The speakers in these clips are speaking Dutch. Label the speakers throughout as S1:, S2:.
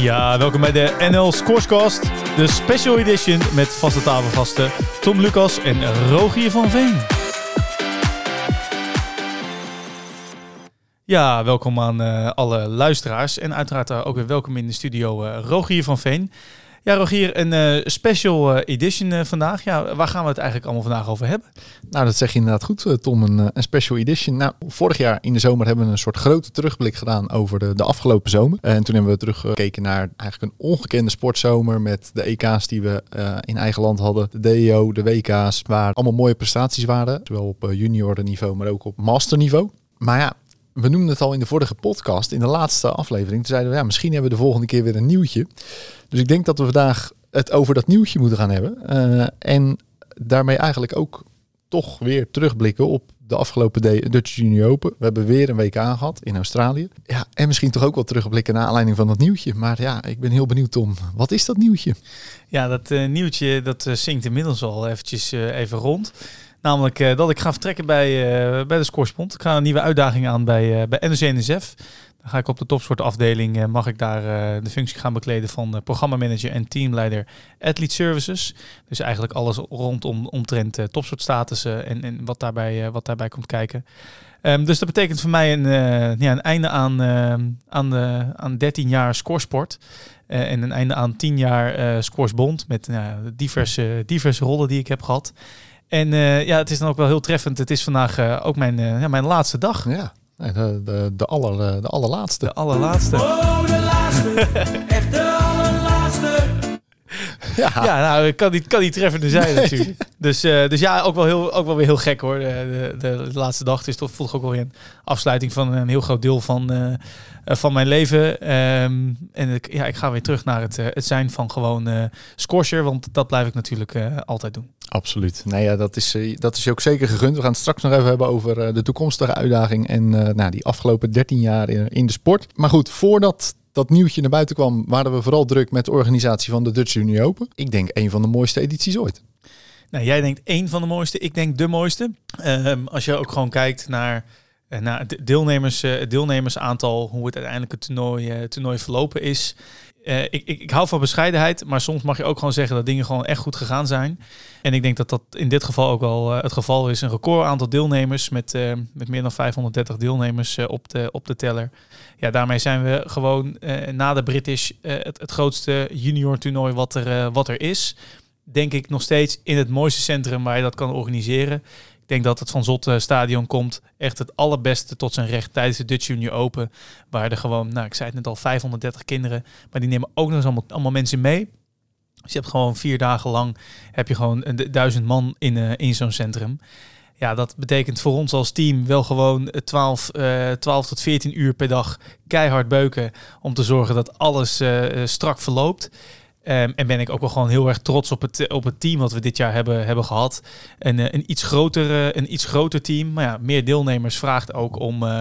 S1: Ja, welkom bij de NL Scorescast, de special edition met vaste tafelgasten Tom Lucas en Rogier van Veen. Ja, welkom aan alle luisteraars en uiteraard ook weer welkom in de studio Rogier van Veen. Ja, Rogier, een special edition vandaag. Ja, waar gaan we het eigenlijk allemaal vandaag over hebben?
S2: Nou, dat zeg je inderdaad goed, Tom. Een special edition. Nou, vorig jaar in de zomer hebben we een soort grote terugblik gedaan over de afgelopen zomer. En toen hebben we teruggekeken naar eigenlijk een ongekende sportzomer met de EK's die we in eigen land hadden. De DEO, de WK's, waar allemaal mooie prestaties waren. Zowel op junior niveau, maar ook op masterniveau. Maar ja, we noemden het al in de vorige podcast, in de laatste aflevering. Toen zeiden we, ja, misschien hebben we de volgende keer weer een nieuwtje. Dus ik denk dat we vandaag het over dat nieuwtje moeten gaan hebben. En daarmee eigenlijk ook toch weer terugblikken op de afgelopen Dutch Junior Open. We hebben weer een WK gehad in Australië. Ja, en misschien toch ook wel terugblikken naar aanleiding van dat nieuwtje. Maar ja, ik ben heel benieuwd, Tom. Wat is dat nieuwtje?
S1: Ja, dat nieuwtje dat zingt inmiddels al eventjes even rond. Namelijk dat ik ga vertrekken bij de Scoresbond. Ik ga een nieuwe uitdaging aan bij NOC-NSF. Dan ga ik op de topsportafdeling, mag ik daar de functie gaan bekleden van programmamanager en teamleider Athlete Services. Dus eigenlijk alles rondom omtrent topsportstatussen en wat daarbij komt kijken. Dus dat betekent voor mij een einde aan 13 jaar scoresport. En een einde aan 10 jaar Scoresbond met diverse rollen die ik heb gehad. En het is dan ook wel heel treffend. Het is vandaag ook mijn laatste dag.
S2: Ja, de allerlaatste.
S1: De allerlaatste.
S3: Oh, de laatste. Echt de allerlaatste.
S1: Ja, nou, kan niet treffender zijn natuurlijk. Dus ja, ook wel weer heel gek hoor. De laatste dag. Dus toch voelt ook wel weer een afsluiting van een heel groot deel van mijn leven. En ik ga weer terug naar het zijn van gewoon scorcher. Want dat blijf ik natuurlijk altijd doen.
S2: Absoluut. Nou ja, dat is je ook zeker gegund. We gaan het straks nog even hebben over de toekomstige uitdaging en die afgelopen 13 jaar in de sport. Maar goed, voordat dat nieuwtje naar buiten kwam, waren we vooral druk met de organisatie van de Dutch Junior Open. Ik denk een van de mooiste edities ooit.
S1: Nou, jij denkt één van de mooiste, ik denk de mooiste. Als je ook gewoon kijkt naar het deelnemersaantal, hoe het uiteindelijk het toernooi verlopen is. Ik hou van bescheidenheid, maar soms mag je ook gewoon zeggen dat dingen gewoon echt goed gegaan zijn. En ik denk dat dat in dit geval ook wel het geval is. Een record aantal deelnemers met meer dan 530 deelnemers op de teller. Ja, daarmee zijn we gewoon na de British het grootste junior toernooi wat er is. Denk ik nog steeds in het mooiste centrum waar je dat kan organiseren. Ik denk dat het Van Zot stadion komt echt het allerbeste tot zijn recht tijdens de Dutch Junior Open. Waar er gewoon, ik zei het net al, 530 kinderen. Maar die nemen ook nog eens allemaal mensen mee. Dus je hebt gewoon 4 dagen lang heb je gewoon 1000 man in zo'n centrum. Ja, dat betekent voor ons als team wel gewoon 12 tot 14 uur per dag keihard beuken. Om te zorgen dat alles strak verloopt. En ben ik ook wel gewoon heel erg trots op het team wat we dit jaar hebben gehad. Een iets groter team. Maar ja, meer deelnemers vraagt ook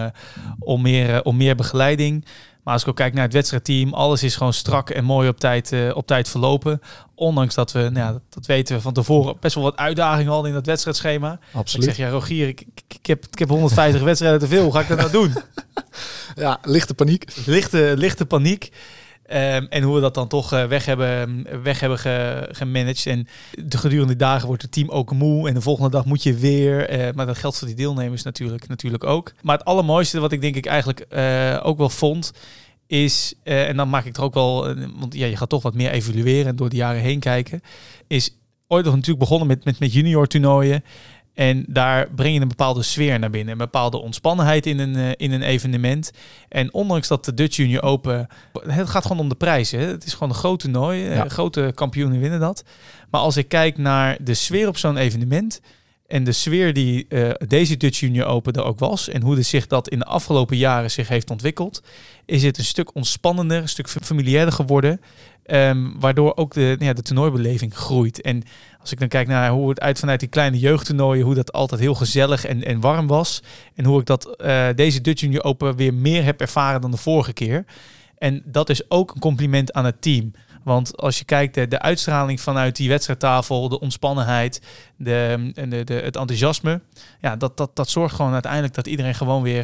S1: om meer begeleiding. Maar als ik ook kijk naar het wedstrijdteam, alles is gewoon strak en mooi op tijd verlopen. Ondanks dat we, dat weten we van tevoren, best wel wat uitdagingen hadden in dat wedstrijdschema.
S2: Absoluut.
S1: Ik zeg, ja Rogier, ik heb 150 wedstrijden te veel. Hoe ga ik dat nou doen?
S2: Ja, lichte paniek.
S1: Lichte paniek. En hoe we dat dan toch weg hebben gemanaged. En de gedurende dagen wordt het team ook moe. En de volgende dag moet je weer. Maar dat geldt voor die deelnemers natuurlijk ook. Maar het allermooiste wat ik denk ik eigenlijk ook wel vond is, en dan maak ik er ook wel, want ja, je gaat toch wat meer evalueren en door de jaren heen kijken, is ooit nog natuurlijk begonnen met junior toernooien. En daar breng je een bepaalde sfeer naar binnen. Een bepaalde ontspannenheid in een evenement. En ondanks dat de Dutch Junior Open, het gaat gewoon om de prijzen. Hè? Het is gewoon een groot toernooi.
S2: Ja.
S1: Grote kampioenen winnen dat. Maar als ik kijk naar de sfeer op zo'n evenement en de sfeer die deze Dutch Junior Open er ook was en hoe zich dat in de afgelopen jaren zich heeft ontwikkeld, is het een stuk ontspannender, een stuk familiairder geworden. Waardoor ook de toernooibeleving groeit. En als ik dan kijk naar hoe het vanuit die kleine jeugdtoernooien, hoe dat altijd heel gezellig en warm was. En hoe ik dat deze Dutch Junior Open weer meer heb ervaren dan de vorige keer. En dat is ook een compliment aan het team. Want als je kijkt, de uitstraling vanuit die wedstrijdtafel, de ontspannenheid, het enthousiasme, ja, dat zorgt gewoon uiteindelijk dat iedereen gewoon weer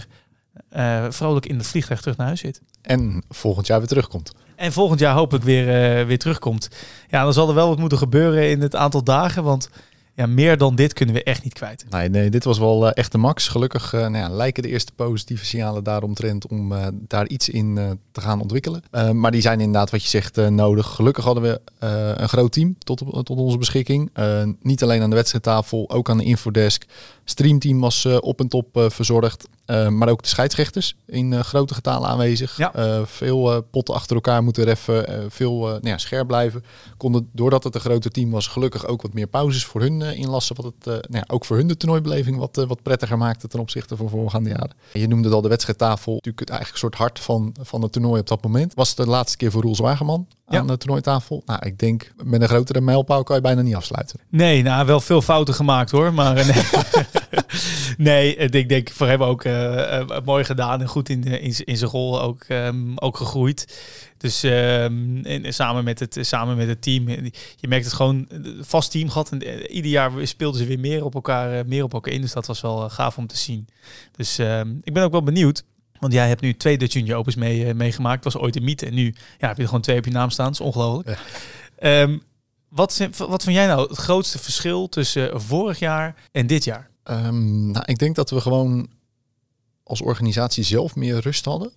S1: vrolijk in het vliegtuig terug naar huis zit.
S2: En volgend jaar weer terugkomt.
S1: En volgend jaar hopelijk weer terugkomt. Ja, dan zal er wel wat moeten gebeuren in het aantal dagen. Want ja, meer dan dit kunnen we echt niet kwijt.
S2: Nee, dit was wel echt de max. Gelukkig lijken de eerste positieve signalen daaromtrent om daar iets in te gaan ontwikkelen. Maar die zijn inderdaad, wat je zegt, nodig. Gelukkig hadden we een groot team tot onze beschikking. Niet alleen aan de wedstrijdtafel, ook aan de infodesk. Streamteam was op en top verzorgd. Maar ook de scheidsrechters in grote getalen aanwezig.
S1: Ja.
S2: Veel potten achter elkaar moeten reffen. Veel scherp blijven. Konden, doordat het een groter team was, gelukkig ook wat meer pauzes voor hun inlassen. Wat het ook voor hun de toernooibeleving wat prettiger maakte ten opzichte van voorgaande jaren. Je noemde het al, de wedstrijdtafel. Natuurlijk eigenlijk een soort hart van het toernooi op dat moment. Was het de laatste keer voor Roel Zwageman aan de toernooitafel. Nou, ik denk met een grotere mijlpaal kan je bijna niet afsluiten.
S1: Nee, wel veel fouten gemaakt hoor. Maar nee. Nee, ik denk voor hem ook mooi gedaan en goed in zijn rol ook gegroeid. Dus samen met het team. Je merkt het gewoon vast team gehad. En ieder jaar speelden ze weer meer op elkaar in. Dus dat was wel gaaf om te zien. Dus ik ben ook wel benieuwd. Want jij hebt nu 2 Dutch Junior Opens meegemaakt. Het was ooit een mythe. En nu heb je er gewoon 2 op je naam staan. Dat is ongelooflijk. Ja. Wat vind jij nou het grootste verschil tussen vorig jaar en dit jaar?
S2: Ik denk dat we gewoon als organisatie zelf meer rust hadden.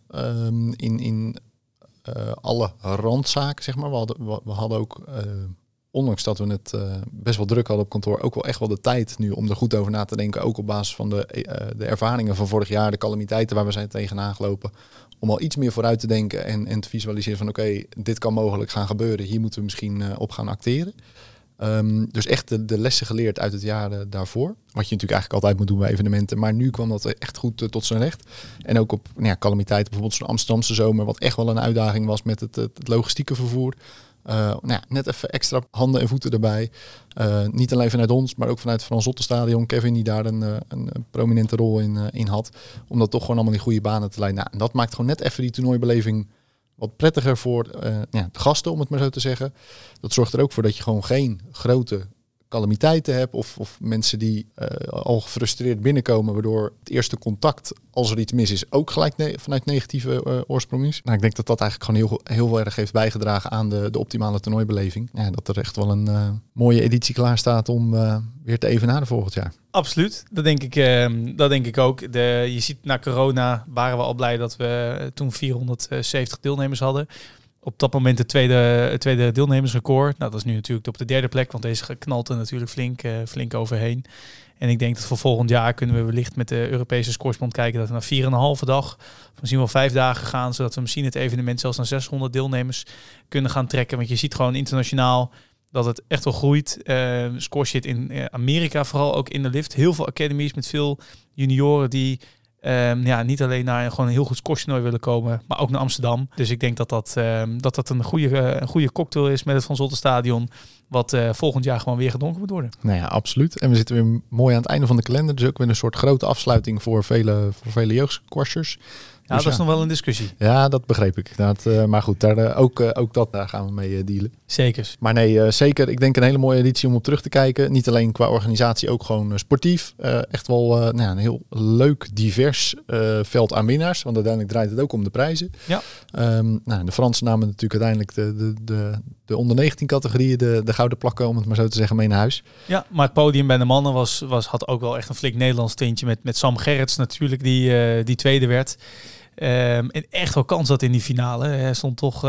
S2: In alle randzaken, zeg maar. We hadden ook, ondanks dat we het best wel druk hadden op kantoor, ook wel echt wel de tijd nu om er goed over na te denken. Ook op basis van de ervaringen van vorig jaar, de calamiteiten waar we zijn tegenaan gelopen. Om al iets meer vooruit te denken en te visualiseren van oké, dit kan mogelijk gaan gebeuren. Hier moeten we misschien op gaan acteren. Dus echt de lessen geleerd uit het jaar daarvoor. Wat je natuurlijk eigenlijk altijd moet doen bij evenementen. Maar nu kwam dat echt goed tot zijn recht. En ook op calamiteiten, bijvoorbeeld zo'n Amsterdamse zomer, wat echt wel een uitdaging was met het logistieke vervoer. Net even extra handen en voeten erbij. Niet alleen vanuit ons, maar ook vanuit het Frans Zottenstadion. Kevin die daar een prominente rol in had. Om dat toch gewoon allemaal in goede banen te leiden. En dat maakt gewoon net even die toernooibeleving wat prettiger voor de gasten, om het maar zo te zeggen. Dat zorgt er ook voor dat je gewoon geen grote calamiteiten hebt of mensen die al gefrustreerd binnenkomen, waardoor het eerste contact, als er iets mis is, ook gelijk vanuit negatieve oorsprong is. Nou, ik denk dat dat eigenlijk gewoon heel erg heeft bijgedragen aan de optimale toernooibeleving. Ja, dat er echt wel een mooie editie klaar staat om weer te evenaren volgend jaar.
S1: Absoluut, dat denk ik ook. Je ziet, na corona waren we al blij dat we toen 470 deelnemers hadden. Op dat moment het tweede deelnemersrecord. Nou, dat is nu natuurlijk op de 3e plek, want deze knalt er natuurlijk flink overheen. En ik denk dat voor volgend jaar kunnen we wellicht met de Europese Scoresbond kijken dat we naar 4,5 dag, misschien wel 5 dagen gaan, zodat we misschien het evenement zelfs naar 600 deelnemers kunnen gaan trekken. Want je ziet gewoon internationaal dat het echt wel groeit. Squash zit in Amerika vooral ook in de lift. Heel veel academies met veel junioren die niet alleen naar gewoon een heel goed squashtoernooi willen komen, maar ook naar Amsterdam. Dus ik denk dat een goede cocktail is met het Van Zottenstadion, wat volgend jaar gewoon weer gedronken moet worden.
S2: Nou ja, absoluut. En we zitten weer mooi aan het einde van de kalender. Dus ook weer een soort grote afsluiting voor vele jeugdsquashers.
S1: Ja, dus dat is nog wel een discussie.
S2: Ja, dat begreep ik. Maar goed, daar gaan we mee dealen.
S1: Zeker.
S2: Maar nee, zeker. Ik denk een hele mooie editie om op terug te kijken. Niet alleen qua organisatie, ook gewoon sportief. Echt wel een heel leuk, divers veld aan winnaars. Want uiteindelijk draait het ook om de prijzen.
S1: Ja.
S2: De Fransen namen natuurlijk uiteindelijk de onder 19 categorieën de gouden plakken, om het maar zo te zeggen, mee naar huis. Ja,
S1: maar het podium bij de mannen had ook wel echt een flink Nederlands tintje. Met Sam Gerrits natuurlijk, die tweede werd. En echt wel kans had in die finale. Hij stond toch 1-1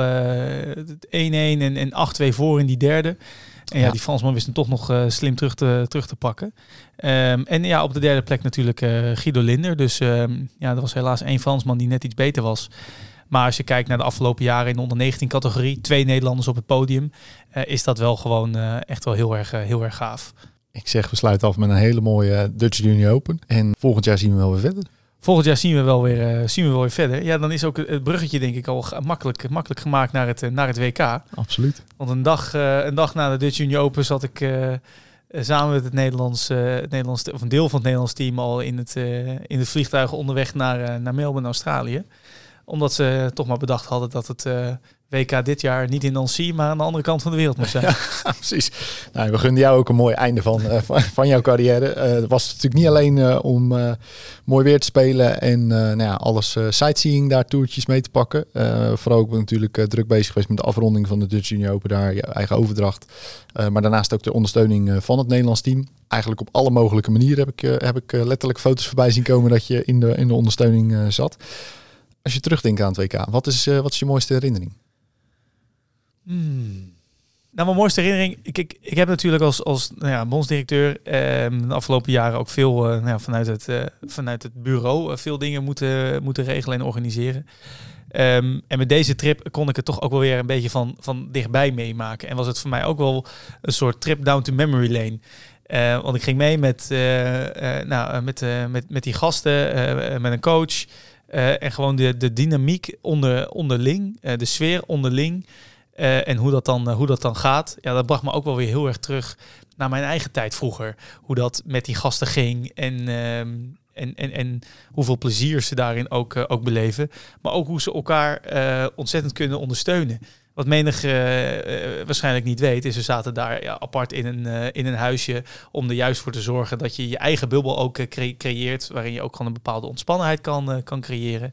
S1: en 8-2 voor in die derde. En die Fransman wist hem toch nog slim terug te pakken. En op de 3e plek natuurlijk Guido Linder. Dus er was helaas 1 Fransman die net iets beter was. Maar als je kijkt naar de afgelopen jaren in de onder 19 categorie, 2 Nederlanders op het podium, is dat wel gewoon echt wel heel erg gaaf.
S2: Ik zeg, we sluiten af met een hele mooie Dutch Junior Open. En volgend jaar zien we wel weer verder.
S1: Volgend jaar zien we wel weer verder. Ja, dan is ook het bruggetje denk ik al makkelijk gemaakt naar het WK.
S2: Absoluut.
S1: Want een dag na de Dutch Junior Open zat ik samen met het Nederlands of een deel van het Nederlands team al in het vliegtuig onderweg naar Melbourne, Australië. Omdat ze toch maar bedacht hadden dat het WK dit jaar niet in Nancy, maar aan de andere kant van de wereld moest zijn.
S2: Ja, precies. Nou, we gunden jou ook een mooi einde van jouw carrière. Het was natuurlijk niet alleen om mooi weer te spelen en alles sightseeing daar, toertjes mee te pakken. Vooral ook natuurlijk druk bezig geweest met de afronding van de Dutch Junior Open, daar je eigen overdracht. Maar daarnaast ook de ondersteuning van het Nederlands team. Eigenlijk op alle mogelijke manieren heb ik letterlijk foto's voorbij zien komen dat je in de ondersteuning zat. Als je terugdenkt aan het WK, wat is je mooiste herinnering?
S1: Nou, mijn mooiste herinnering... Ik heb natuurlijk als bondsdirecteur de afgelopen jaren ook veel vanuit het bureau veel dingen moeten regelen en organiseren. En met deze trip kon ik het toch ook wel weer een beetje van dichtbij meemaken. En was het voor mij ook wel een soort trip down to memory lane. Want ik ging mee met die gasten, met een coach. En gewoon de dynamiek onderling, de sfeer onderling. En hoe dat dan gaat. Ja, dat bracht me ook wel weer heel erg terug naar mijn eigen tijd vroeger. Hoe dat met die gasten ging. En hoeveel plezier ze daarin ook beleven. Maar ook hoe ze elkaar ontzettend kunnen ondersteunen. Wat menig waarschijnlijk niet weet, is we zaten daar apart in een huisje om er juist voor te zorgen dat je je eigen bubbel ook creëert, waarin je ook gewoon een bepaalde ontspannenheid kan creëren.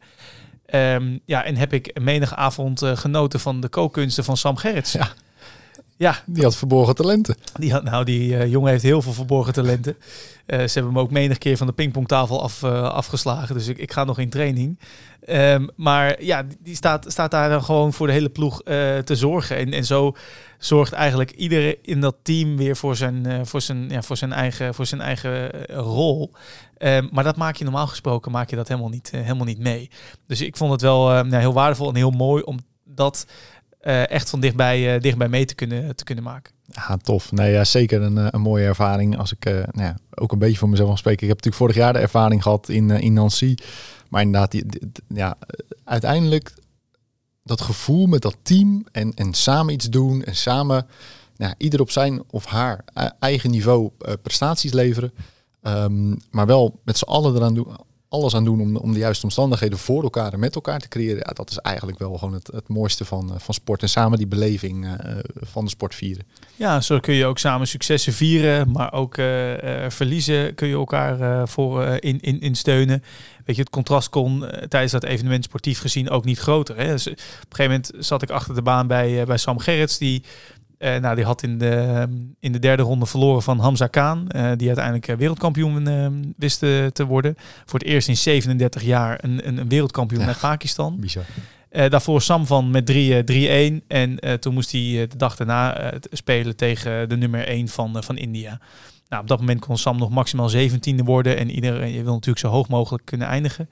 S1: En heb ik menige avond genoten van de kookkunsten van Sam Gerrits. Ja. Die had verborgen talenten. Die jongen heeft heel veel verborgen talenten. Ze hebben hem ook menig keer van de pingpongtafel afgeslagen. Dus ik ga nog in training. Maar ja, die staat daar dan gewoon voor de hele ploeg te zorgen. En zo zorgt eigenlijk iedereen in dat team weer voor zijn eigen rol. Maar dat maak je normaal gesproken dat helemaal niet mee. Dus ik vond het wel heel waardevol en heel mooi om dat echt van dichtbij mee te kunnen maken.
S2: Ja, tof. Nee, ja, zeker een mooie ervaring. Als ik ook een beetje voor mezelf mag spreken. Ik heb natuurlijk vorig jaar de ervaring gehad in Nancy. Maar inderdaad, uiteindelijk dat gevoel met dat team en samen iets doen en samen ieder op zijn of haar eigen niveau prestaties leveren. Maar wel met z'n allen eraan doen, alles aan doen om de juiste omstandigheden voor elkaar en met elkaar te creëren. Ja, dat is eigenlijk wel gewoon het mooiste van sport. En samen die beleving van de sport vieren. Ja,
S1: zo kun je ook samen successen vieren, maar ook verliezen kun je elkaar in steunen. Weet je, het contrast kon tijdens dat evenement sportief gezien ook niet groter. Hè? Dus op een gegeven moment zat ik achter de baan bij Sam Gerrits, die had in de derde ronde verloren van Hamza Khan. Die uiteindelijk wereldkampioen wist te worden. Voor het eerst in 37 jaar een wereldkampioen uit Pakistan.
S2: Bizar.
S1: Daarvoor Sam van met 3-1. En toen moest hij de dag daarna spelen tegen de nummer 1 van India. Nou, op dat moment kon Sam nog maximaal 17e worden. En iedereen wil natuurlijk zo hoog mogelijk kunnen eindigen.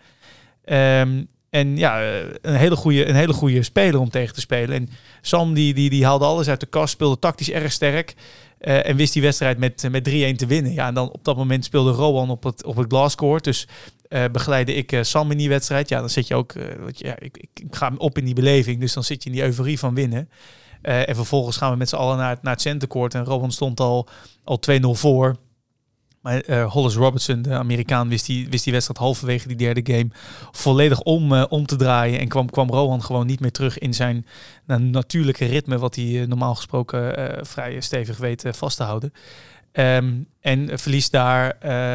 S1: En ja, een hele goede speler om tegen te spelen. En Sam die haalde alles uit de kast, speelde tactisch erg sterk. En wist die wedstrijd met 3-1 te winnen. Ja, en dan op dat moment speelde Rowan op het glasscourt. Dus begeleidde ik Sam in die wedstrijd. Ja, dan zit je ook... ik ga op in die beleving. Dus dan zit je in die euforie van winnen. En vervolgens gaan we met z'n allen naar het centercourt. En Rowan stond al 2-0 voor. Maar Hollis Robertson, de Amerikaan, wist die wedstrijd halverwege die derde game volledig om te draaien. En kwam Rowan gewoon niet meer terug in zijn natuurlijke ritme, wat hij normaal gesproken vrij stevig weet vast te houden. En verliest daar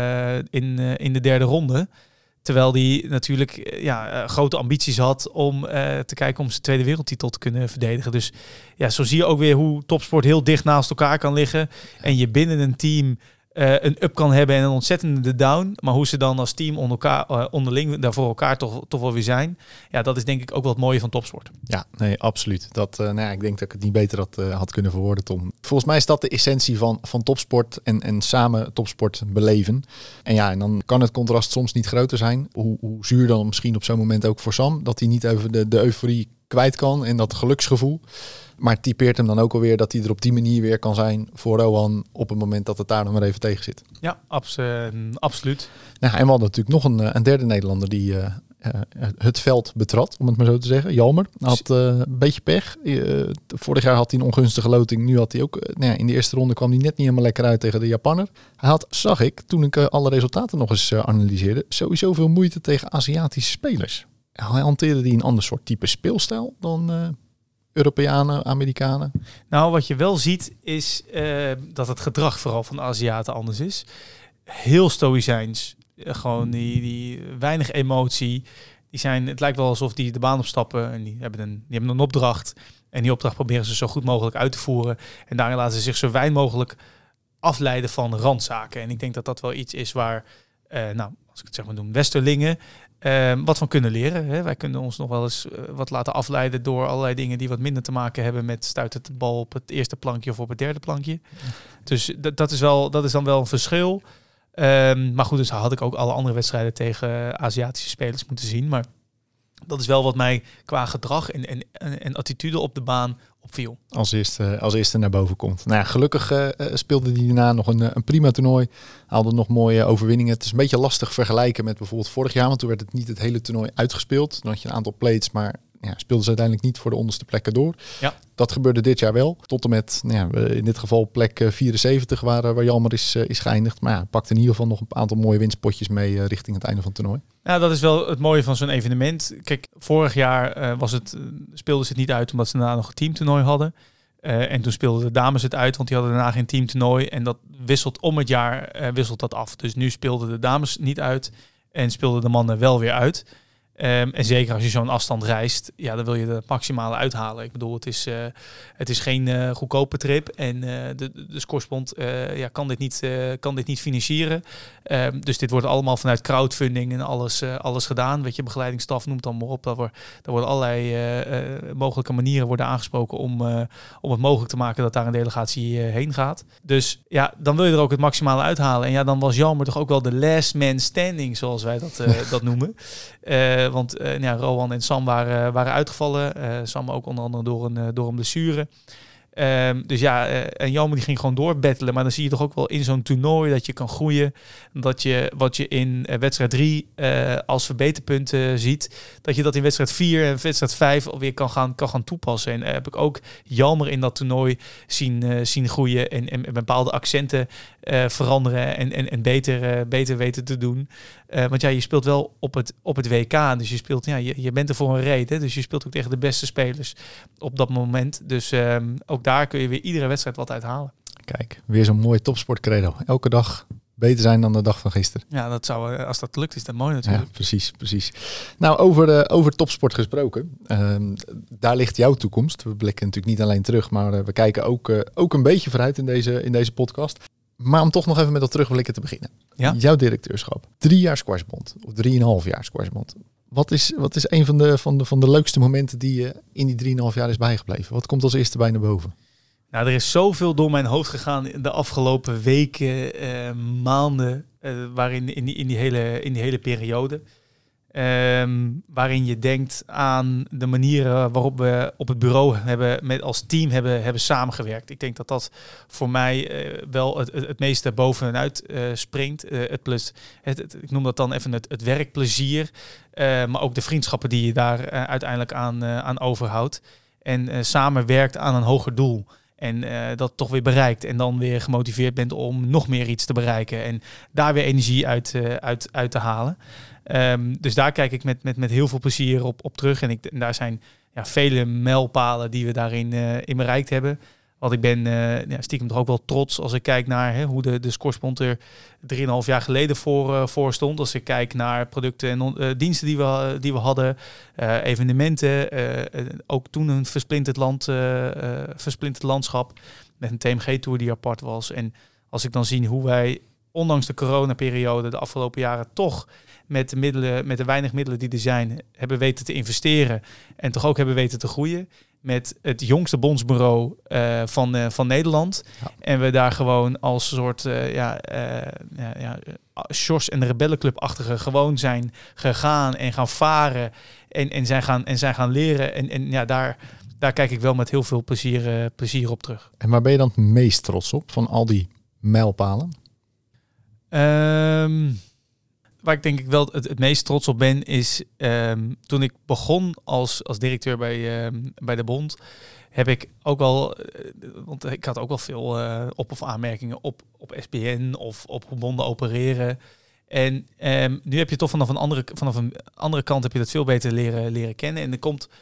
S1: in de derde ronde. Terwijl hij natuurlijk grote ambities had om te kijken om zijn tweede wereldtitel te kunnen verdedigen. Dus ja, zo zie je ook weer hoe topsport heel dicht naast elkaar kan liggen. En je binnen een team een up kan hebben en een ontzettende down. Maar hoe ze dan als team onderling daar voor elkaar toch wel weer zijn. Ja, dat is denk ik ook wel het mooie van topsport.
S2: Ja, nee, absoluut. Ik denk dat ik het niet beter had kunnen verwoorden, Tom. Volgens mij is dat de essentie van topsport en samen topsport beleven. En dan kan het contrast soms niet groter zijn. Hoe zuur dan misschien op zo'n moment ook voor Sam. Dat hij niet even de euforie kwijt kan en dat geluksgevoel. Maar het typeert hem dan ook alweer dat hij er op die manier weer kan zijn voor Rowan op het moment dat het daar nog maar even tegen zit.
S1: Ja, absoluut.
S2: Nou, en we hadden natuurlijk nog een derde Nederlander die het veld betrad, om het maar zo te zeggen. Jalmer had een beetje pech. Vorig jaar had hij een ongunstige loting. Nu had hij ook, in de eerste ronde kwam hij net niet helemaal lekker uit tegen de Japanner. Hij had, zag ik, toen ik alle resultaten nog eens analyseerde, sowieso veel moeite tegen Aziatische spelers. Hij hanteerde die een ander soort type speelstijl dan Europeanen, Amerikanen?
S1: Nou, wat je wel ziet is dat het gedrag vooral van de Aziaten anders is. Heel stoïcijns. Gewoon die weinig emotie. Het lijkt wel alsof die de baan opstappen en die hebben een opdracht. En die opdracht proberen ze zo goed mogelijk uit te voeren. En daarin laten ze zich zo weinig mogelijk afleiden van randzaken. En ik denk dat dat wel iets is waar, als ik het zeg maar noem, Westerlingen wat van kunnen leren. Hè. Wij kunnen ons nog wel eens wat laten afleiden door allerlei dingen die wat minder te maken hebben met stuit de bal op het eerste plankje of op het derde plankje. Ja. Dus dat is dan wel een verschil. Maar goed, dus had ik ook alle andere wedstrijden tegen Aziatische spelers moeten zien. Maar dat is wel wat mij qua gedrag en attitude op de baan opviel.
S2: Als eerste naar boven komt. Nou ja, gelukkig speelde hij daarna nog een prima toernooi. Haalde nog mooie overwinningen. Het is een beetje lastig vergelijken met bijvoorbeeld vorig jaar. Want toen werd het niet het hele toernooi uitgespeeld. Dan had je een aantal plates, maar speelden ze uiteindelijk niet voor de onderste plekken door. Ja. Dat gebeurde dit jaar wel. Tot en met, in dit geval plek 74 waar Hjalmar is geëindigd. Maar pakte in ieder geval nog een aantal mooie winstpotjes mee richting het einde van het toernooi.
S1: Ja, dat is wel het mooie van zo'n evenement. Kijk, vorig jaar speelden ze het niet uit omdat ze daarna nog een teamtoernooi hadden. En toen speelden de dames het uit, want die hadden daarna geen teamtoernooi. En dat wisselt om het jaar wisselt dat af. Dus nu speelden de dames niet uit en speelden de mannen wel weer uit. En zeker als je zo'n afstand reist, dan wil je de maximale uithalen. Ik bedoel, het is geen goedkope trip en de Scoresbond kan dit niet financieren. Dus dit wordt allemaal vanuit crowdfunding en alles gedaan. Weet je, begeleidingsstaf noemt dan maar op. Daar worden allerlei mogelijke manieren worden aangesproken om het mogelijk te maken dat daar een delegatie heen gaat. Dus dan wil je er ook het maximale uithalen. En dan was Hjalmar toch ook wel de last man standing, zoals wij dat noemen. Want Rohan en Sam waren uitgevallen. Sam ook onder andere door een blessure. En Hjalmar die ging gewoon doorbattelen. Maar dan zie je toch ook wel in zo'n toernooi dat je kan groeien. Dat je wat je in wedstrijd 3 als verbeterpunten ziet, dat je dat in wedstrijd 4 en wedstrijd 5 alweer kan gaan toepassen. En heb ik ook Hjalmar in dat toernooi zien groeien en bepaalde accenten veranderen en beter weten te doen. Want je speelt wel op het WK. Dus je speelt, je bent er voor een reden. Dus je speelt ook tegen de beste spelers op dat moment. Dus ook daar kun je weer iedere wedstrijd wat uithalen.
S2: Kijk, weer zo'n mooi topsportcredo. Elke dag beter zijn dan de dag van gisteren.
S1: Ja, dat zou, als dat lukt, is dat mooi natuurlijk.
S2: Ja, precies. Nou, over topsport gesproken. Daar ligt jouw toekomst. We blikken natuurlijk niet alleen terug, maar we kijken ook een beetje vooruit in deze podcast. Maar om toch nog even met dat terugblikken te beginnen. Ja? Jouw directeurschap. 3 jaar Squashbond. Of 3,5 jaar Squashbond. Wat is een van de leukste momenten die je in die 3,5 jaar is bijgebleven? Wat komt als eerste bij naar boven?
S1: Nou, er is zoveel door mijn hoofd gegaan in de afgelopen weken, maanden, waarin in die hele periode. Waarin je denkt aan de manieren waarop we op het bureau als team hebben samengewerkt. Ik denk dat dat voor mij wel het meeste bovenuit springt. Ik noem dat dan even het werkplezier. Maar ook de vriendschappen die je daar uiteindelijk aan overhoudt. En samenwerkt aan een hoger doel. En dat toch weer bereikt. En dan weer gemotiveerd bent om nog meer iets te bereiken. En daar weer energie uit te halen. Dus daar kijk ik met heel veel plezier op terug. En daar zijn vele mijlpalen die we daarin in bereikt hebben. Want ik ben stiekem toch ook wel trots als ik kijk naar hoe de Scoresbond er 3,5 jaar geleden voor stond. Als ik kijk naar producten en diensten die we hadden, evenementen. Ook toen een versplinterd landschap met een TMG-tour die apart was. En als ik dan zie hoe wij, ondanks de coronaperiode, de afgelopen jaren toch met de weinig middelen die er zijn, hebben weten te investeren en toch ook hebben weten te groeien. Met het jongste bondsbureau van Nederland. Ja. En we daar gewoon als soort Sjors en de Rebellenclub-achtige gewoon zijn gegaan en gaan varen en zijn gaan leren. En daar kijk ik wel met heel veel plezier op terug.
S2: En waar ben je dan het meest trots op van al die mijlpalen?
S1: Waar ik denk ik wel het meest trots op ben, is toen ik begon als directeur bij de bond, heb ik ook al, want ik had ook wel veel op- of aanmerkingen op SBN of op hoe bonden opereren. En nu heb je toch vanaf een andere kant heb je dat veel beter leren kennen. En er komt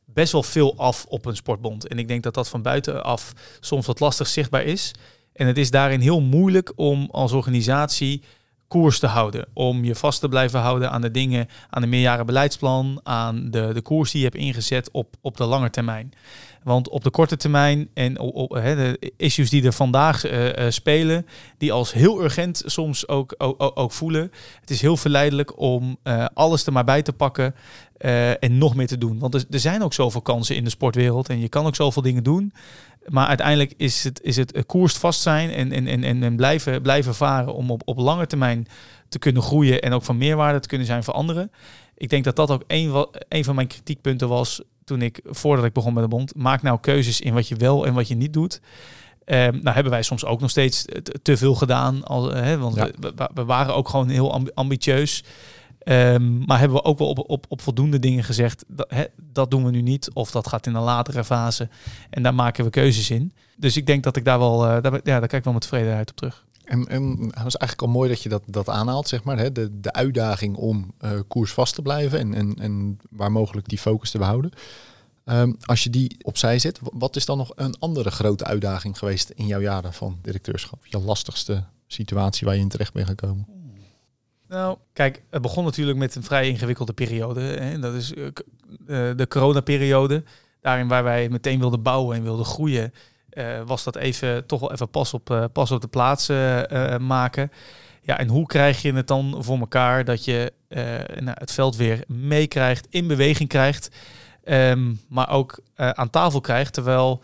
S1: best wel veel af op een sportbond. En ik denk dat dat van buitenaf soms wat lastig zichtbaar is. En het is daarin heel moeilijk om als organisatie koers te houden. Om je vast te blijven houden aan de dingen, aan de meerjarenbeleidsplan, aan de koers die je hebt ingezet op de lange termijn. Want op de korte termijn en de issues die er vandaag spelen, die als heel urgent soms ook voelen. Het is heel verleidelijk om alles er maar bij te pakken en nog meer te doen. Want er zijn ook zoveel kansen in de sportwereld en je kan ook zoveel dingen doen. Maar uiteindelijk is het koers vast zijn en blijven varen om op lange termijn te kunnen groeien en ook van meerwaarde te kunnen zijn voor anderen. Ik denk dat dat ook een van mijn kritiekpunten was voordat ik begon met de bond. Maak nou keuzes in wat je wel en wat je niet doet. Nou hebben wij soms ook nog steeds te veel gedaan. Want we waren ook gewoon heel ambitieus. Maar hebben we ook wel op voldoende dingen gezegd, dat doen we nu niet. Of dat gaat in een latere fase. En daar maken we keuzes in. Dus ik denk dat ik daar wel, daar kijk ik wel met tevredenheid op terug.
S2: En het was eigenlijk al mooi dat je dat aanhaalt, zeg maar. Hè? De uitdaging om koers vast te blijven en waar mogelijk die focus te behouden. Als je die opzij zet, wat is dan nog een andere grote uitdaging geweest in jouw jaren van directeurschap? Je lastigste situatie waar je in terecht bent gekomen?
S1: Nou, kijk, het begon natuurlijk met een vrij ingewikkelde periode. Hè? Dat is de coronaperiode. Daarin waar wij meteen wilden bouwen en wilden groeien, was dat toch wel even pas op de plaats maken. Ja, en hoe krijg je het dan voor elkaar dat je het veld weer meekrijgt, in beweging krijgt, maar ook aan tafel krijgt, terwijl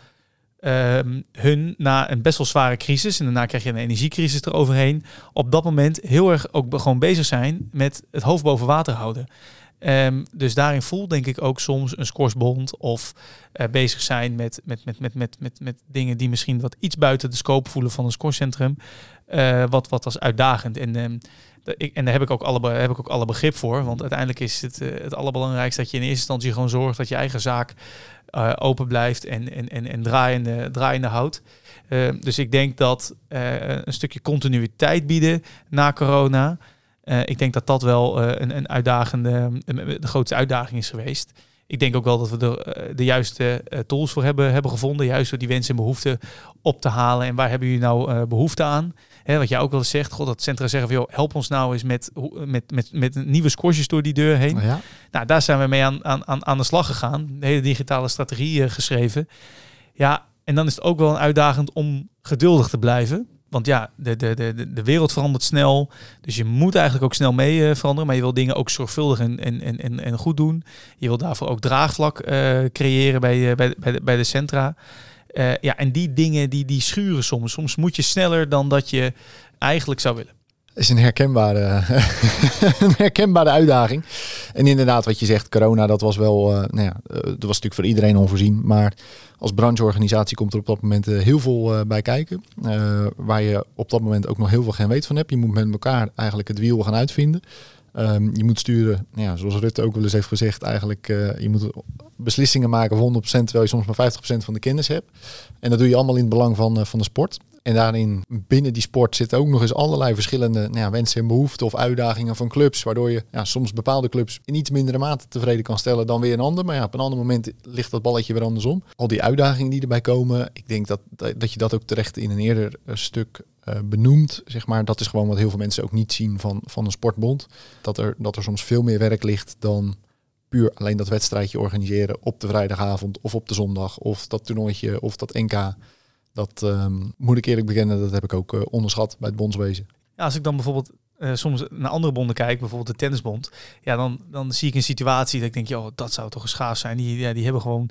S1: hun na een best wel zware crisis, en daarna krijg je een energiecrisis eroverheen, op dat moment heel erg ook gewoon bezig zijn met het hoofd boven water houden. Dus daarin voelt denk ik ook soms een scoresbond of bezig zijn met dingen die misschien wat iets buiten de scope voelen van een scorecentrum, wat als uitdagend. En daar heb ik ook alle begrip voor, want uiteindelijk is het allerbelangrijkste dat je in eerste instantie gewoon zorgt dat je eigen zaak open blijft en draaiende houdt. Dus ik denk dat een stukje continuïteit bieden na corona, ik denk dat dat wel de grootste uitdaging is geweest. Ik denk ook wel dat we de juiste tools voor hebben gevonden, juist door die wensen en behoeften op te halen. En waar hebben jullie nou behoefte aan? Wat jij ook wel eens zegt, dat centra zeggen van, joh, help ons nou eens met nieuwe scoresjes door die deur heen.
S2: Oh ja?
S1: Nou, daar zijn we mee aan de slag gegaan. De hele digitale strategie geschreven. Ja, en dan is het ook wel een uitdagend om geduldig te blijven. Want ja, de wereld verandert snel. Dus je moet eigenlijk ook snel mee veranderen. Maar je wil dingen ook zorgvuldig en goed doen. Je wil daarvoor ook draagvlak creëren bij de centra. En die dingen die schuren soms. Soms moet je sneller dan dat je eigenlijk zou willen.
S2: Is een herkenbare uitdaging. En inderdaad, wat je zegt, corona, dat was wel, dat was natuurlijk voor iedereen onvoorzien. Maar als brancheorganisatie komt er op dat moment heel veel bij kijken. Waar je op dat moment ook nog heel veel geen weet van hebt. Je moet met elkaar eigenlijk het wiel gaan uitvinden. Je moet sturen, zoals Rutte ook wel eens heeft gezegd, eigenlijk je moet beslissingen maken voor 100%, terwijl je soms maar 50% van de kennis hebt. En dat doe je allemaal in het belang van de sport. En daarin, binnen die sport, zitten ook nog eens allerlei verschillende wensen en behoeften of uitdagingen van clubs. Waardoor je soms bepaalde clubs in iets mindere mate tevreden kan stellen dan weer een ander. Maar op een ander moment ligt dat balletje weer andersom. Al die uitdagingen die erbij komen, ik denk dat je dat ook terecht in een eerder stuk benoemt. Zeg maar. Dat is gewoon wat heel veel mensen ook niet zien van een sportbond. Dat er soms veel meer werk ligt dan puur alleen dat wedstrijdje organiseren op de vrijdagavond of op de zondag. Of dat toernooitje of dat NK. Dat moet ik eerlijk bekennen, dat heb ik ook onderschat bij het bondswezen. Ja,
S1: als ik dan bijvoorbeeld soms naar andere bonden kijk, bijvoorbeeld de tennisbond, dan zie ik een situatie dat ik denk, dat zou toch een schaaf zijn. Die hebben gewoon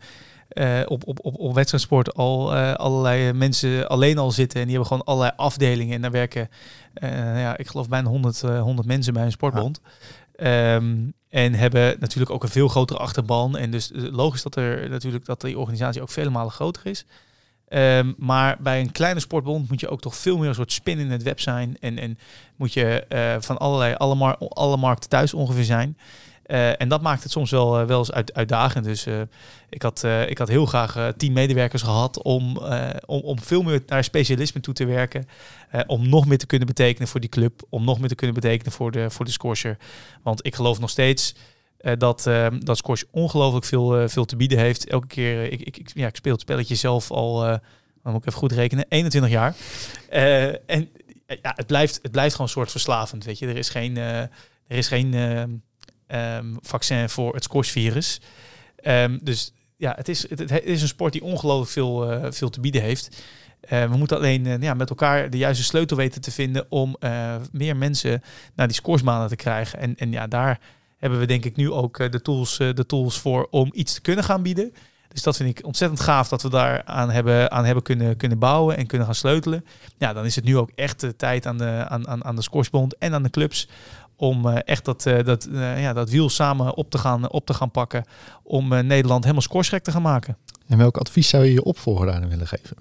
S1: op wedstrijdsport al allerlei mensen alleen al zitten en die hebben gewoon allerlei afdelingen en daar werken, ik geloof bijna 100 mensen bij een sportbond. Ja. En hebben natuurlijk ook een veel grotere achterban en dus logisch dat die organisatie ook vele malen groter is. Maar bij een kleine sportbond moet je ook toch veel meer een soort spin in het web zijn. En moet je van alle markten thuis ongeveer zijn. En dat maakt het soms wel eens uitdagend. Dus ik had heel graag 10 medewerkers gehad om veel meer naar specialisme toe te werken. Om nog meer te kunnen betekenen voor die club. Om nog meer te kunnen betekenen voor de scoresher. Want ik geloof nog steeds dat squash ongelooflijk veel te bieden heeft. Elke keer, ik speel het spelletje zelf al, dan moet ik even goed rekenen, 21 jaar. En het blijft gewoon een soort verslavend, weet je. Er is geen vaccin voor het squashvirus. Dus ja, het is een sport die ongelooflijk veel te bieden heeft. We moeten alleen met elkaar de juiste sleutel weten te vinden om meer mensen naar die squashbanen te krijgen. En ja, daar hebben we denk ik nu ook de tools voor om iets te kunnen gaan bieden. Dus dat vind ik ontzettend gaaf dat we daar aan hebben kunnen bouwen en kunnen gaan sleutelen. Ja, dan is het nu ook echt de tijd aan de Squashbond en aan de clubs om echt dat wiel samen op te gaan pakken om Nederland helemaal squashgek te gaan maken.
S2: En welk advies zou je opvolger daarin willen geven?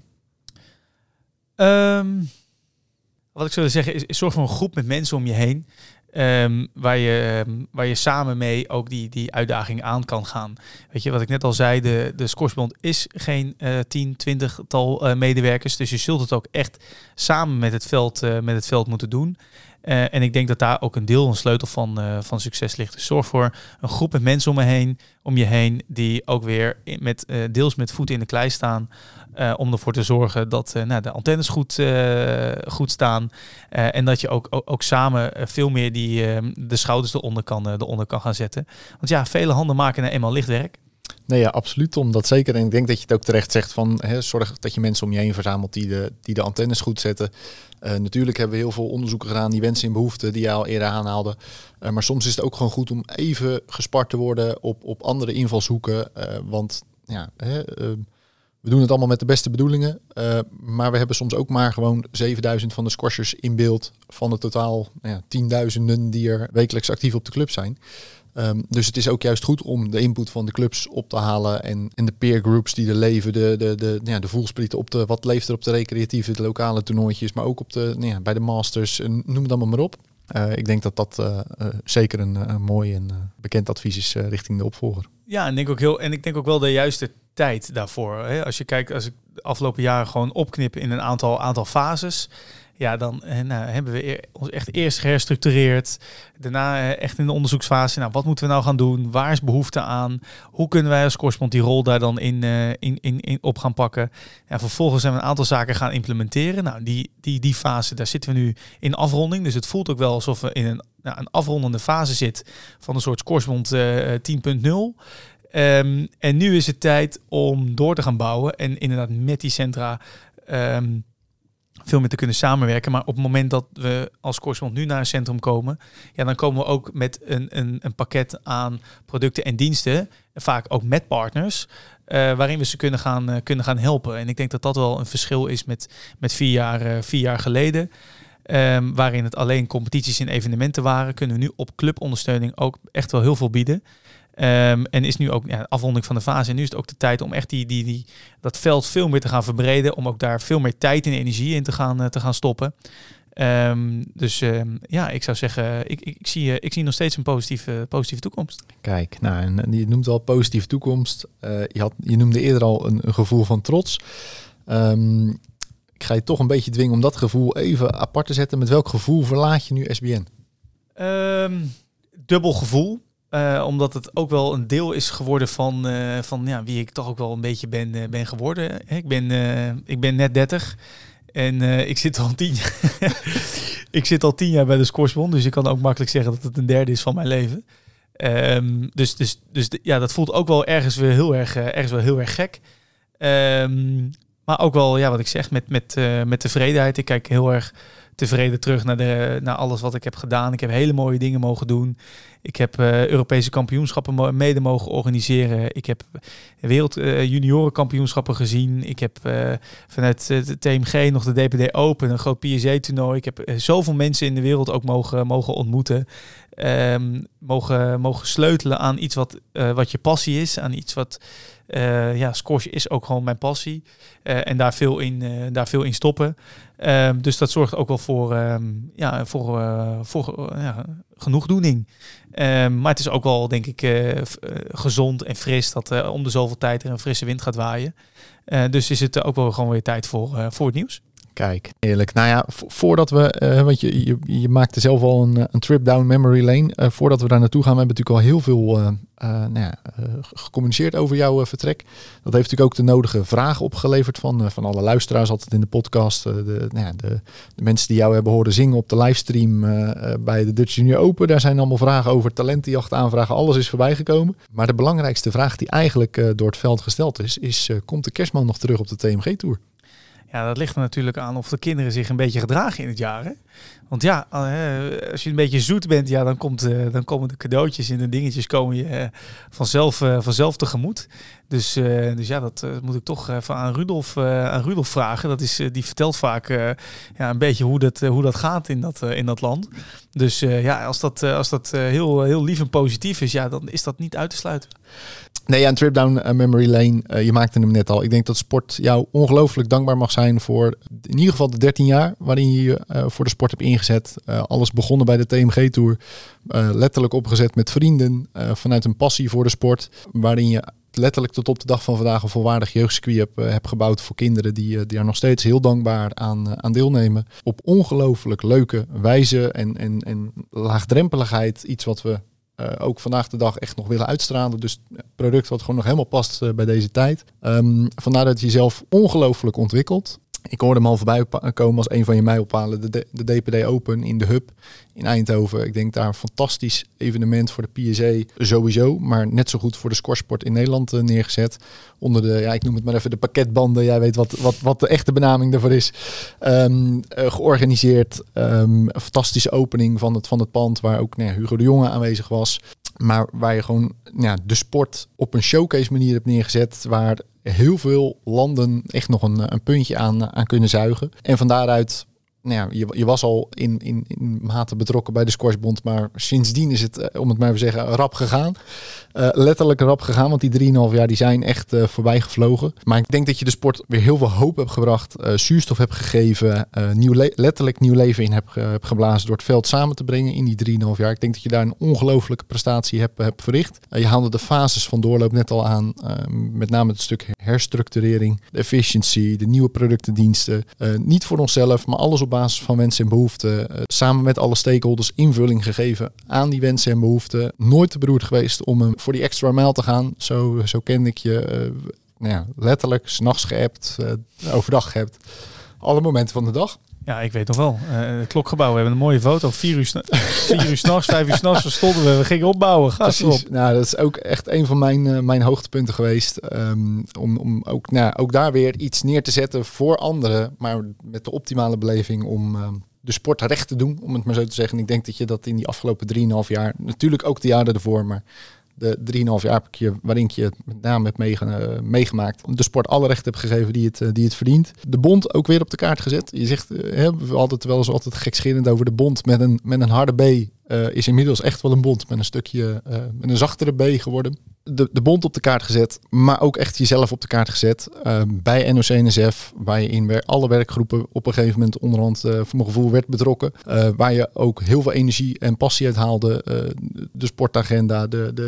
S1: Wat ik zou zeggen is zorg voor een groep met mensen om je heen. Waar je samen mee ook die uitdaging aan kan gaan. Weet je, wat ik net al zei, de Squashbond is geen 10, 20-tal medewerkers. Dus je zult het ook echt samen met het veld moeten doen. En ik denk dat daar ook een sleutel van succes ligt. Dus zorg voor een groep met mensen om je heen die ook weer deels met voeten in de klei staan. Om ervoor te zorgen dat de antennes goed staan. En dat je ook samen veel meer de schouders eronder kan gaan zetten. Want ja, vele handen maken nou eenmaal licht werk.
S2: Nee, ja, absoluut. Omdat zeker, en ik denk dat je het ook terecht zegt van zorg dat je mensen om je heen verzamelt die de antennes goed zetten. Natuurlijk hebben we heel veel onderzoeken gedaan, die wensen en behoeften die je al eerder aanhaalde. Maar soms is het ook gewoon goed om even gespart te worden op andere invalshoeken. Want ja, we doen het allemaal met de beste bedoelingen. Maar we hebben soms ook maar gewoon 7000 van de squashers in beeld van de totaal tienduizenden die er wekelijks actief op de club zijn. Dus het is ook juist goed om de input van de clubs op te halen en de peer groups die er leven, de voelsprieten wat leeft er op de recreatieve, de lokale toernooitjes, maar ook bij de masters, noem het allemaal maar op. Ik denk dat zeker een mooi en bekend advies is richting de opvolger.
S1: Ja, en ik denk ook wel de juiste tijd daarvoor. Hè? Als ik de afgelopen jaren gewoon opknip in een aantal fases. Ja, dan hebben we ons echt eerst geherstructureerd. Daarna echt in de onderzoeksfase. Nou, wat moeten we nou gaan doen? Waar is behoefte aan? Hoe kunnen wij als Squashbond die rol daar dan in op gaan pakken? Ja, vervolgens zijn we een aantal zaken gaan implementeren. Nou, die fase, daar zitten we nu in afronding. Dus het voelt ook wel alsof we in een afrondende fase zitten van een soort Squashbond 10.0. En nu is het tijd om door te gaan bouwen. En inderdaad met die centra veel meer te kunnen samenwerken. Maar op het moment dat we als Squashbond nu naar een centrum komen, ja, dan komen we ook met een pakket aan producten en diensten. Vaak ook met partners. Waarin we ze kunnen gaan helpen. En ik denk dat dat wel een verschil is met 4 jaar geleden. Waarin het alleen competities en evenementen waren, kunnen we nu op clubondersteuning ook echt wel heel veel bieden. En is nu ook afronding van de fase. En nu is het ook de tijd om echt dat veld veel meer te gaan verbreden. Om ook daar veel meer tijd en energie in te gaan stoppen. Ik zou zeggen, ik zie nog steeds een positieve toekomst.
S2: Kijk, en je noemt al positieve toekomst. Je noemde eerder al een gevoel van trots. Ik ga je toch een beetje dwingen om dat gevoel even apart te zetten. Met welk gevoel verlaat je nu SBN?
S1: Dubbel gevoel. Omdat het ook wel een deel is geworden van wie ik toch ook wel een beetje ben geworden. Ik ben net 30 en ik zit al 10 jaar. Ik zit al 10 jaar bij de Squashbond, dus ik kan ook makkelijk zeggen dat het een derde is van mijn leven. Dat voelt ook wel ergens weer heel erg gek. Maar ook wel, wat ik zeg, met tevredenheid. Ik kijk heel erg tevreden terug naar alles wat ik heb gedaan. Ik heb hele mooie dingen mogen doen. Ik heb Europese kampioenschappen mede mogen organiseren. Ik heb wereld juniorenkampioenschappen gezien. Ik heb vanuit de TMG nog de DPD Open, een groot PSA-toernooi. Ik heb zoveel mensen in de wereld ook mogen ontmoeten. Mogen sleutelen aan iets wat je passie is. Aan iets wat... squash is ook gewoon mijn passie. En daar veel in stoppen. Dus dat zorgt ook wel voor genoegdoening. Maar het is ook wel, denk ik, gezond en fris dat om de zoveel tijd er een frisse wind gaat waaien. Dus is het ook wel gewoon weer tijd voor het nieuws.
S2: Kijk, eerlijk. Nou ja, voordat we, want je maakte zelf al een trip down memory lane. Voordat we daar naartoe gaan, we hebben natuurlijk al heel veel gecommuniceerd over jouw vertrek. Dat heeft natuurlijk ook de nodige vragen opgeleverd van alle luisteraars altijd in de podcast. De mensen die jou hebben horen zingen op de livestream bij de Dutch Junior Open. Daar zijn allemaal vragen over talentenjacht aanvragen. Alles is voorbij gekomen. Maar de belangrijkste vraag die eigenlijk door het veld gesteld is komt de Kerstman nog terug op de TMG Tour?
S1: Ja, dat ligt er natuurlijk aan of de kinderen zich een beetje gedragen in het jaar. Hè? Want ja, als je een beetje zoet bent, ja, dan komen de cadeautjes en de dingetjes komen je vanzelf tegemoet. Dus ja, dat moet ik toch even aan Rudolf vragen. Die vertelt vaak een beetje hoe dat gaat in dat land. Dus ja, als dat heel lief en positief is, ja, dan is dat niet uit te sluiten.
S2: Nee, een trip down memory lane, je maakte hem net al. Ik denk dat sport jou ongelooflijk dankbaar mag zijn voor in ieder geval de 13 jaar waarin je je voor de sport hebt ingezet. Alles begonnen bij de TMG Tour. Letterlijk opgezet met vrienden vanuit een passie voor de sport. Waarin je letterlijk tot op de dag van vandaag een volwaardig jeugdcircuit hebt gebouwd voor kinderen die er nog steeds heel dankbaar aan deelnemen. Op ongelooflijk leuke wijze en laagdrempeligheid. Iets wat we ook vandaag de dag echt nog willen uitstralen. Dus een product wat gewoon nog helemaal past bij deze tijd. Vandaar dat je jezelf ongelooflijk ontwikkelt. Ik hoorde hem al voorbij komen als een van je mij ophalen. De DPD Open in de Hub in Eindhoven. Ik denk daar een fantastisch evenement voor de PSA sowieso. Maar net zo goed voor de squashsport in Nederland neergezet. Onder de, ik noem het maar even de pakketbanden. Jij weet wat de echte benaming daarvoor is. Georganiseerd. Een fantastische opening van het pand. Waar ook Hugo de Jonge aanwezig was. Maar waar je gewoon de sport op een showcase manier hebt neergezet. Waar heel veel landen echt nog een puntje aan kunnen zuigen. En van daaruit, je was al in mate betrokken bij de Squashbond. Maar sindsdien is het, om het maar even te zeggen, rap gegaan. Letterlijk rap gegaan, want die 3,5 jaar die zijn echt voorbij gevlogen. Maar ik denk dat je de sport weer heel veel hoop hebt gebracht. Zuurstof hebt gegeven. Letterlijk nieuw leven in hebt geblazen door het veld samen te brengen in die 3,5 jaar. Ik denk dat je daar een ongelofelijke prestatie hebt verricht. Je haalde de fases van doorloop net al aan. Met name het stuk herstructurering, de efficiency, de nieuwe productendiensten. Niet voor onszelf, maar alles op basis van wensen en behoeften. Samen met alle stakeholders invulling gegeven aan die wensen en behoeften. Nooit te beroerd geweest om voor die extra mijl te gaan. Zo kende ik je letterlijk 's nachts geappt, overdag geappt. Alle momenten van de dag.
S1: Ja, ik weet nog wel. Het klokgebouw, we hebben een mooie foto. 4 uur 's nachts, 5 uur 's nachts stonden we gingen opbouwen.
S2: Precies. Nou, dat is ook echt een van mijn hoogtepunten geweest. Om ook daar weer iets neer te zetten voor anderen. Maar met de optimale beleving om de sport recht te doen, om het maar zo te zeggen. Ik denk dat je dat in die afgelopen 3,5 jaar, natuurlijk ook de jaren ervoor, maar de 3,5 jaar waarin ik je met name heb meegemaakt, de sport alle recht heb gegeven die het verdient. De bond ook weer op de kaart gezet. Je zegt, we altijd wel eens altijd gekscherend over de bond met een harde B. Is inmiddels echt wel een bond met een stukje, met een zachtere B geworden. De bond op de kaart gezet, maar ook echt jezelf op de kaart gezet. Bij NOC-NSF, waar je in alle werkgroepen op een gegeven moment onderhand voor mijn gevoel werd betrokken. Waar je ook heel veel energie en passie uit haalde. De sportagenda,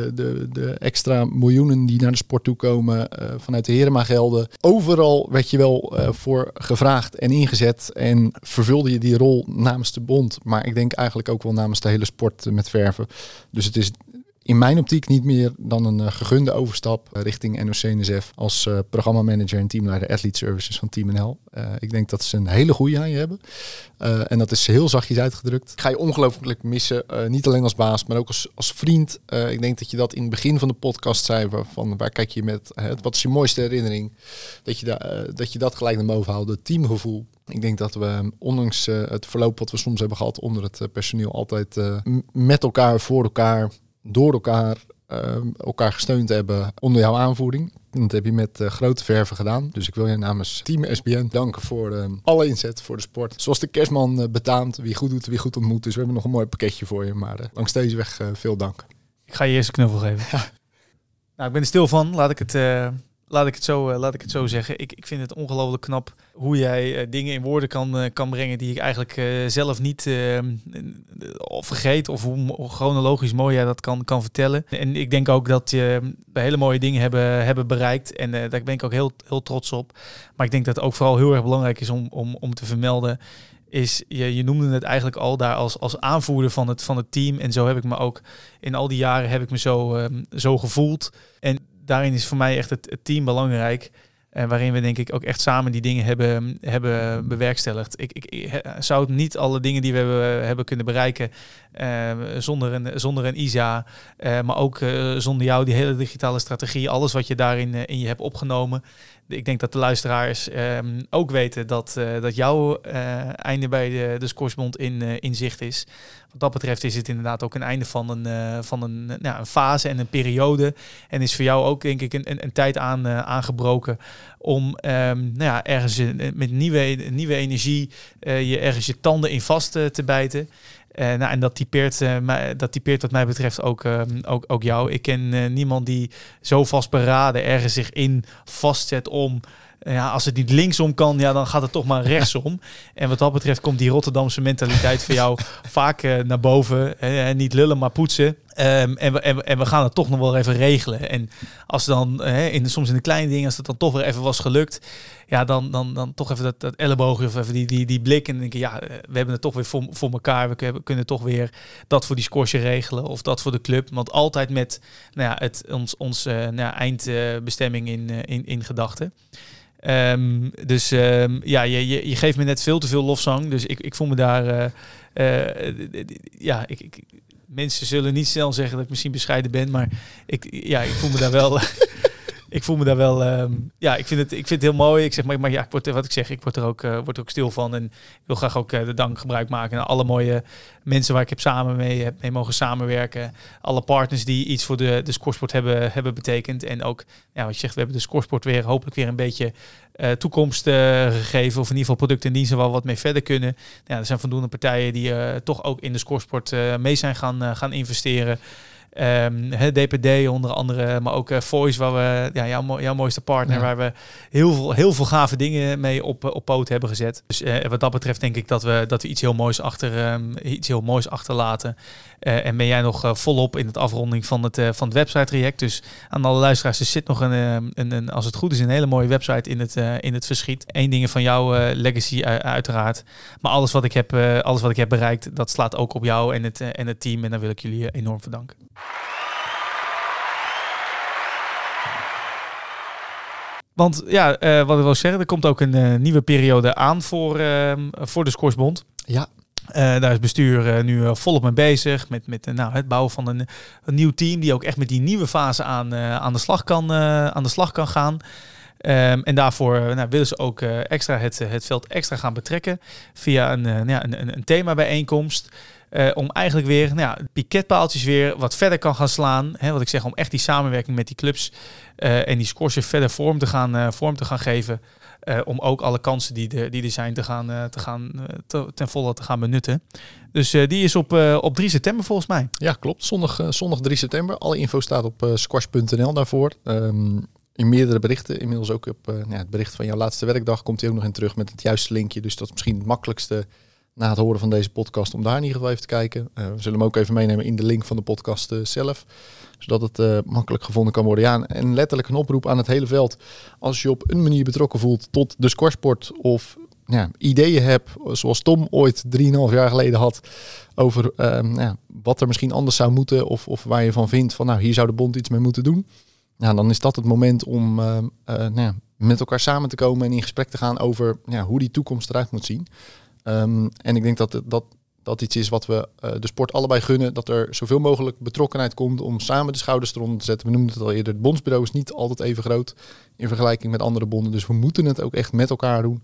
S2: de extra miljoenen die naar de sport toe komen vanuit de Herema-gelden. Overal werd je wel voor gevraagd en ingezet en vervulde je die rol namens de bond. Maar ik denk eigenlijk ook wel namens de hele sport met verven. Dus het is in mijn optiek niet meer dan een gegunde overstap richting NOC-NSF als programmamanager en teamleider Athlete Services van Team NL. Ik denk dat ze een hele goede aan je hebben. En dat is heel zachtjes uitgedrukt. Ik ga je ongelooflijk missen. Niet alleen als baas, maar ook als vriend. Ik denk dat je dat in het begin van de podcast zei. Waar kijk je met, wat is je mooiste herinnering? Dat je dat gelijk naar boven haalde. Teamgevoel. Ik denk dat we, ondanks het verloop wat we soms hebben gehad onder het personeel, altijd met elkaar, voor elkaar, door elkaar gesteund hebben onder jouw aanvoering. En dat heb je met grote verven gedaan. Dus ik wil je namens Team SBN danken voor alle inzet voor de sport. Zoals de Kerstman betaamt, wie goed doet, wie goed ontmoet. Dus we hebben nog een mooi pakketje voor je. Maar langs deze weg veel dank.
S1: Ik ga je eerst een knuffel geven. Ja. Nou, ik ben er stil van. Laat laat ik het zo zeggen. Ik vind het ongelooflijk knap hoe jij dingen in woorden kan brengen die ik eigenlijk zelf niet vergeet. Of hoe chronologisch mooi jij dat kan vertellen. En ik denk ook dat je hele mooie dingen hebben bereikt. En daar ben ik ook heel, heel trots op. Maar ik denk dat het ook vooral heel erg belangrijk is om te vermelden. Is, je noemde het eigenlijk al daar als aanvoerder van het team. En zo heb ik me ook in al die jaren heb ik me zo gevoeld. En daarin is voor mij echt het team belangrijk. Waarin we denk ik ook echt samen die dingen hebben bewerkstelligd. Ik zou het niet alle dingen die we hebben kunnen bereiken zonder een Isa. Maar ook zonder jou, die hele digitale strategie. Alles wat je daarin in je hebt opgenomen. Ik denk dat de luisteraars ook weten dat jouw einde bij de Scoresbond in zicht is. Wat dat betreft is het inderdaad ook een einde van een fase en een periode. En is voor jou ook denk ik een tijd aangebroken om ergens met nieuwe energie je ergens je tanden in vast te bijten. En dat typeert wat mij betreft ook jou. Ik ken niemand die zo vastberaden ergens zich in vastzet om... als het niet linksom kan, dan gaat het toch maar rechtsom. En wat dat betreft komt die Rotterdamse mentaliteit voor jou vaak naar boven. Niet lullen, maar poetsen. En we gaan het toch nog wel even regelen. En als dan soms in de kleine dingen, als het dan toch weer even was gelukt, dan toch even dat elleboogje of even die blik. En dan denk je, we hebben het toch weer voor elkaar. We kunnen toch weer dat voor die scoresje regelen of dat voor de club. Want altijd met ons eindbestemming in gedachten. Je geeft me net veel te veel lofzang. Dus ik voel me daar... mensen zullen niet snel zeggen dat ik misschien bescheiden ben, maar ik voel me daar wel... Ik voel me daar wel... ik vind het heel mooi. Ik zeg maar ik word er ook stil van. En ik wil graag ook de dank gebruik maken aan alle mooie mensen waar ik samen mee mogen samenwerken. Alle partners die iets voor de Scoresport hebben betekend. En ook, wat je zegt, we hebben de Scoresport weer hopelijk weer een beetje toekomst gegeven. Of in ieder geval producten en diensten waar we wat mee verder kunnen. Er zijn voldoende partijen die toch ook in de Scoresport mee zijn gaan investeren. DPD onder andere, maar ook Voice, waar we jouw mooiste partner, waar we heel veel gave dingen mee op poot hebben gezet. Dus wat dat betreft denk ik dat we iets heel moois achterlaten. En ben jij nog volop in het afronding van het website traject. Dus aan alle luisteraars, er zit nog als het goed is, een hele mooie website in het verschiet. 1 ding van jouw legacy uiteraard. Maar alles wat ik heb bereikt, dat slaat ook op jou en het team. En daar wil ik jullie enorm voor danken. Want wat ik wil zeggen, er komt ook een nieuwe periode aan voor de Scoresbond.
S2: Ja.
S1: Daar is het bestuur nu volop mee bezig met het bouwen van een nieuw team die ook echt met die nieuwe fase aan de slag kan gaan. En daarvoor willen ze ook extra het veld extra gaan betrekken via een themabijeenkomst. Om eigenlijk weer piketpaaltjes weer wat verder kan gaan slaan. Wat ik zeg, om echt die samenwerking met die clubs en die scores vorder vorm te gaan geven. Om ook alle kansen die er zijn ten volle te gaan benutten. Dus die is op 3 september volgens mij.
S2: Ja, klopt. Zondag 3 september. Alle info staat op squash.nl daarvoor. In meerdere berichten. Inmiddels ook op het bericht van jouw laatste werkdag komt hij ook nog in terug met het juiste linkje. Dus dat is misschien het makkelijkste na het horen van deze podcast om daar in ieder geval even te kijken. We zullen hem ook even meenemen in de link van de podcast zelf. Zodat het makkelijk gevonden kan worden. Ja, en letterlijk een oproep aan het hele veld. Als je op een manier betrokken voelt tot de scoresport of ideeën hebt, zoals Tom ooit 3,5 jaar geleden had, over wat er misschien anders zou moeten of waar je van vindt van hier zou de bond iets mee moeten doen. Dan is dat het moment om met elkaar samen te komen en in gesprek te gaan over hoe die toekomst eruit moet zien. En ik denk dat iets is wat we de sport allebei gunnen. Dat er zoveel mogelijk betrokkenheid komt om samen de schouders eronder te zetten. We noemden het al eerder, het bondsbureau is niet altijd even groot in vergelijking met andere bonden. Dus we moeten het ook echt met elkaar doen.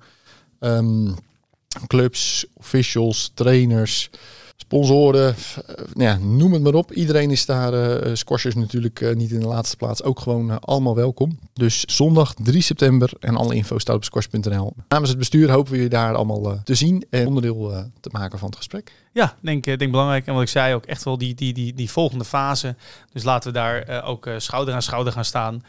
S2: Clubs, officials, trainers, sponsoren, noem het maar op. Iedereen is daar, squashers natuurlijk niet in de laatste plaats, ook gewoon allemaal welkom. Dus zondag 3 september en alle info staat op squash.nl. Namens het bestuur hopen we je daar allemaal te zien en onderdeel te maken van het gesprek.
S1: Ja, denk belangrijk. En wat ik zei, ook echt wel die volgende fase. Dus laten we daar ook schouder aan schouder gaan staan.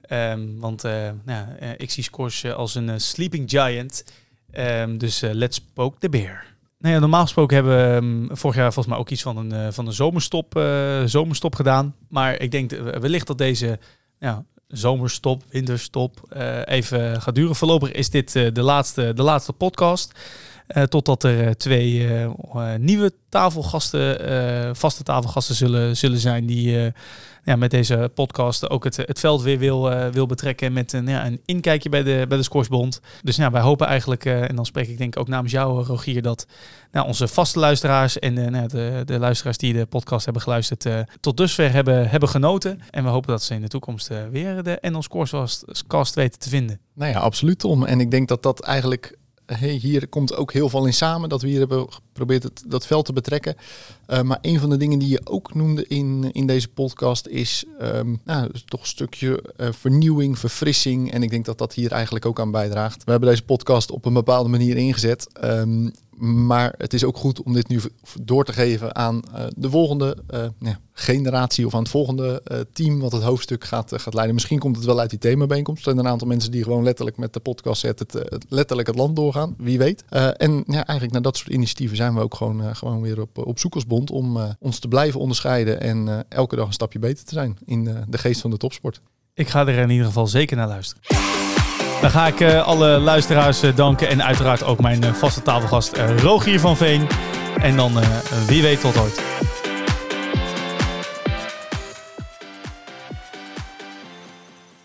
S1: Want ik zie Scores als een sleeping giant. Dus let's poke the bear. Nou ja, normaal gesproken hebben we vorig jaar volgens mij ook iets van een zomerstop gedaan. Maar ik denk wellicht dat deze zomerstop, winterstop even gaat duren. Voorlopig is dit de laatste podcast. Totdat er 2 nieuwe vaste tafelgasten zullen zijn die met deze podcast ook het veld weer wil betrekken met een inkijkje bij de Scoresbond. Dus wij hopen eigenlijk, en dan spreek ik denk ik ook namens jou, Rogier, dat onze vaste luisteraars en de luisteraars die de podcast hebben geluisterd tot dusver hebben genoten. En we hopen dat ze in de toekomst weer de NL Scorescast weten te vinden.
S2: Nou ja, absoluut, Tom. En ik denk dat eigenlijk... hier komt ook heel veel in samen dat we hier hebben geprobeerd dat veld te betrekken. Maar een van de dingen die je ook noemde in deze podcast is toch een stukje vernieuwing, verfrissing. En ik denk dat dat hier eigenlijk ook aan bijdraagt. We hebben deze podcast op een bepaalde manier ingezet. Maar het is ook goed om dit nu door te geven aan de volgende generatie of aan het volgende team wat het hoofdstuk gaat leiden. Misschien komt het wel uit die themabijeenkomst. Er zijn een aantal mensen die gewoon letterlijk met de podcast letterlijk het land doorgaan. Wie weet. Eigenlijk naar dat soort initiatieven zijn we ook gewoon weer op zoek als bond om ons te blijven onderscheiden en elke dag een stapje beter te zijn in de geest van de topsport.
S1: Ik ga er in ieder geval zeker naar luisteren. Dan ga ik alle luisteraars danken en uiteraard ook mijn vaste tafelgast Rogier van Veen. En dan wie weet tot ooit.